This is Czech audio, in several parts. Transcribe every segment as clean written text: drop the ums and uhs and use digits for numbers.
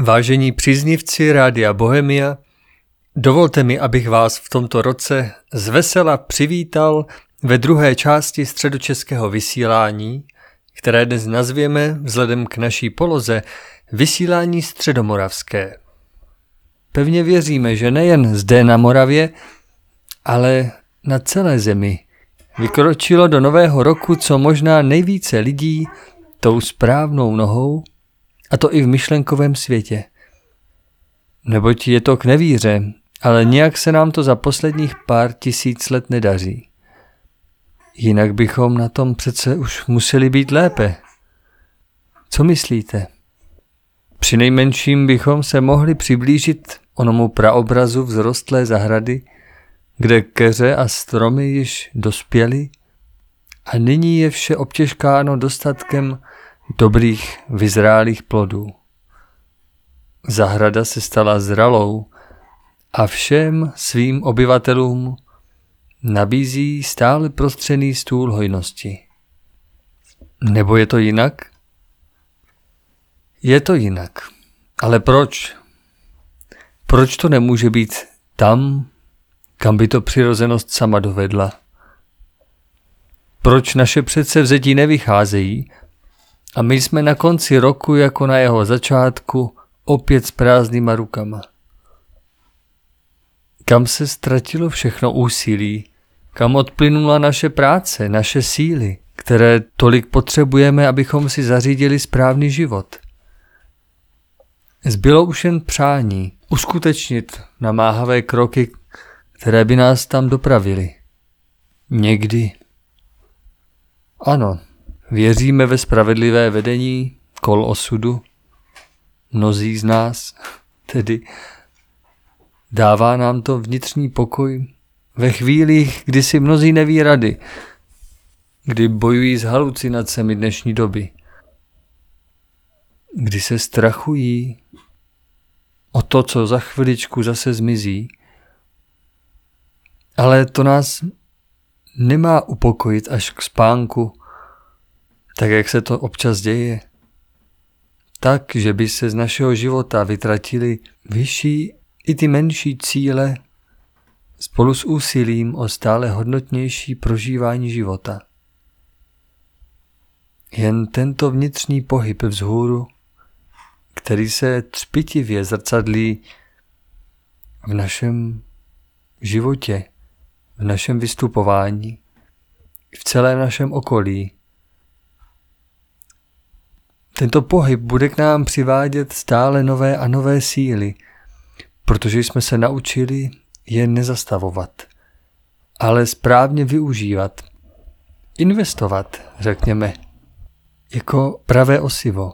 Vážení příznivci Rádia Bohemia, dovolte mi, abych vás v tomto roce zvesela přivítal ve druhé části středočeského vysílání, které dnes nazvěme vzhledem k naší poloze vysílání středomoravské. Pevně věříme, že nejen zde na Moravě, ale na celé zemi vykročilo do nového roku co možná nejvíce lidí tou správnou nohou, a to i v myšlenkovém světě. Neboť je to k nevíře, ale nějak se nám to za posledních pár tisíc let nedaří. Jinak bychom na tom přece už museli být lépe. Co myslíte? Přinejmenším bychom se mohli přiblížit onomu praobrazu vzrostlé zahrady, kde keře a stromy již dospěly a nyní je vše obtěžkáno dostatkem dobrých vyzrálých plodů. Zahrada se stala zralou a všem svým obyvatelům nabízí stále prostřený stůl hojnosti. Nebo je to jinak? Je to jinak. Ale proč? Proč to nemůže být tam, kam by to přirozenost sama dovedla? Proč naše předsevzetí nevycházejí a my jsme na konci roku jako na jeho začátku opět s prázdnýma rukama? Kam se ztratilo všechno úsilí? Kam odplynula naše práce, naše síly, které tolik potřebujeme, abychom si zařídili správný život? Zbylo už jen přání uskutečnit namáhavé kroky, které by nás tam dopravily. Někdy. Ano, věříme ve spravedlivé vedení kol osudu. Mnozí z nás, tedy dává nám to vnitřní pokoj ve chvílích, kdy si mnozí neví rady, kdy bojují s halucinacemi dnešní doby, kdy se strachují o to, co za chviličku zase zmizí. Ale to nás nemá upokojit až k spánku, tak jak se to občas děje. Tak, že by se z našeho života vytratily vyšší i ty menší cíle spolu s úsilím o stále hodnotnější prožívání života. Jen tento vnitřní pohyb vzhůru, který se třpitivě zrcadlí v našem životě, v našem vystupování, v celém našem okolí. Tento pohyb bude k nám přivádět stále nové a nové síly, protože jsme se naučili je nezastavovat, ale správně využívat, investovat, řekněme, jako pravé osivo.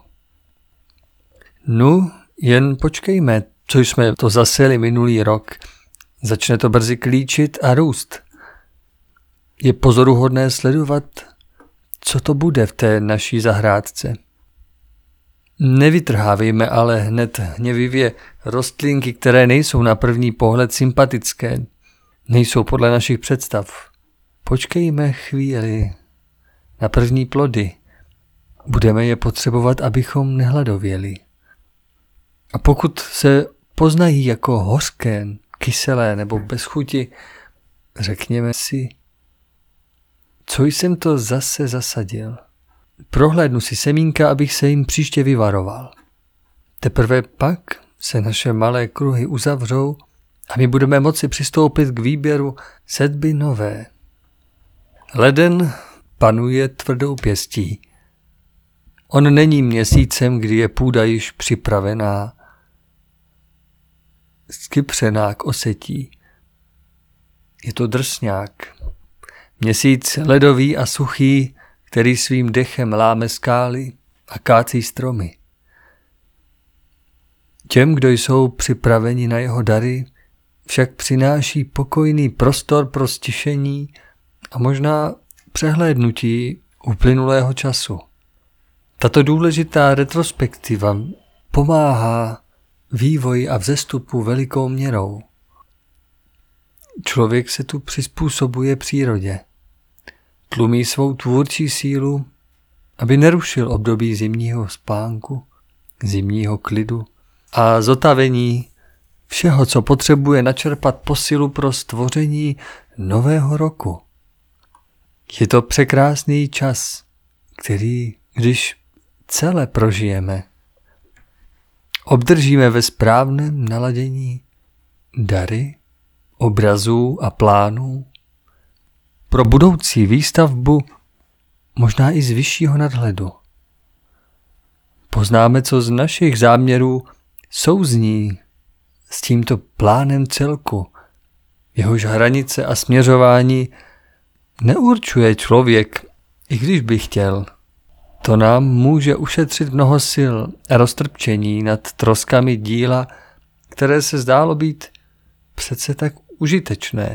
No, jen počkejme, co jsme to zaseli minulý rok. Začne to brzy klíčit a růst. Je pozoruhodné sledovat, co to bude v té naší zahrádce. Nevytrhávejme ale hned hněvivě rostlinky, které nejsou na první pohled sympatické, nejsou podle našich představ. Počkejme chvíli na první plody. Budeme je potřebovat, abychom nehladověli. A pokud se poznají jako hořké, kyselé nebo bez chuti, řekněme si, co jsem to zase zasadil. Prohlédnu si semínka, abych se jim příště vyvaroval. Teprve pak se naše malé kruhy uzavřou a my budeme moci přistoupit k výběru setby nové. Leden panuje tvrdou pěstí. On není měsícem, kdy je půda již připravená, skypřená k osetí. Je to drsňák. Měsíc ledový a suchý, který svým dechem láme skály a kácí stromy. Těm, kdo jsou připraveni na jeho dary, však přináší pokojný prostor pro stišení a možná přehlédnutí uplynulého času. Tato důležitá retrospektiva pomáhá vývoji a vzestupu velikou měrou. Člověk se tu přizpůsobuje přírodě. Tlumí svou tvůrčí sílu, aby nerušil období zimního spánku, zimního klidu a zotavení všeho, co potřebuje načerpat posilu pro stvoření nového roku. Je to překrásný čas, který, když celé prožijeme, obdržíme ve správném naladění dary, obrazů a plánů pro budoucí výstavbu, možná i z vyššího nadhledu. Poznáme, co z našich záměrů souzní s tímto plánem celku, jehož hranice a směřování neurčuje člověk, i když by chtěl. To nám může ušetřit mnoho sil a roztrpčení nad troskami díla, které se zdálo být přece tak užitečné.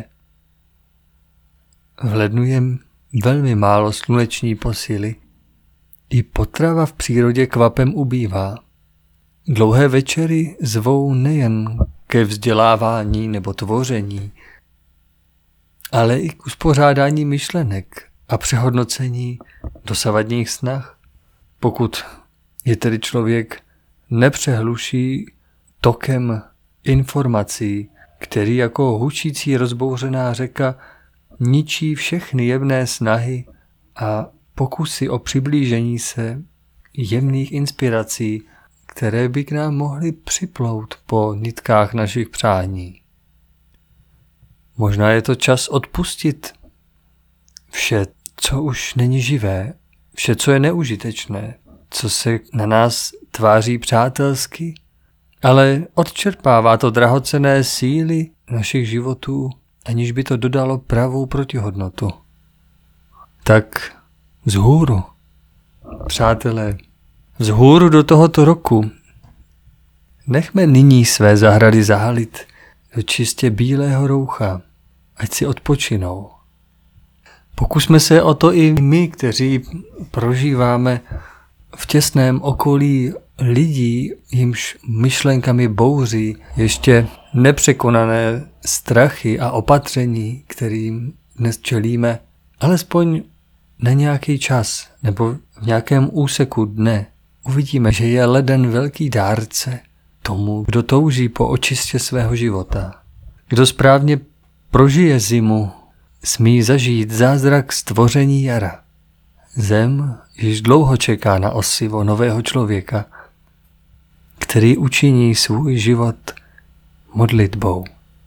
V lednu je velmi málo sluneční posily. I potrava v přírodě kvapem ubývá. Dlouhé večery zvou nejen ke vzdělávání nebo tvoření, ale i k uspořádání myšlenek a přehodnocení dosavadních snah. Pokud je tedy člověk nepřehluší tokem informací, který jako hučící rozbouřená řeka ničí všechny jemné snahy a pokusy o přiblížení se jemných inspirací, které by k nám mohly připlout po nitkách našich přání. Možná je to čas odpustit vše, co už není živé, vše, co je neužitečné, co se na nás tváří přátelsky, ale odčerpává to drahocenné síly našich životů, aniž by to dodalo pravou protihodnotu. Tak vzhůru, přátelé, vzhůru do tohoto roku. Nechme nyní své zahrady zahalit do čistě bílého roucha, ať si odpočinou. Pokusme se o to i my, kteří prožíváme v těsném okolí lidí, jimž myšlenkami bouří ještě nepřekonané strachy a opatření, kterým dnes čelíme, alespoň na nějaký čas nebo v nějakém úseku dne uvidíme, že je leden velký dárce tomu, kdo touží po očistě svého života. Kdo správně prožije zimu, smí zažít zázrak stvoření jara. Zem již dlouho čeká na osivo nového člověka, který učiní svůj život modlitbou.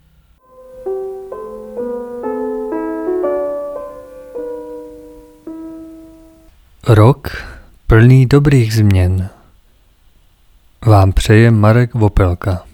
Rok plný dobrých změn vám přeje Marek Vopelka.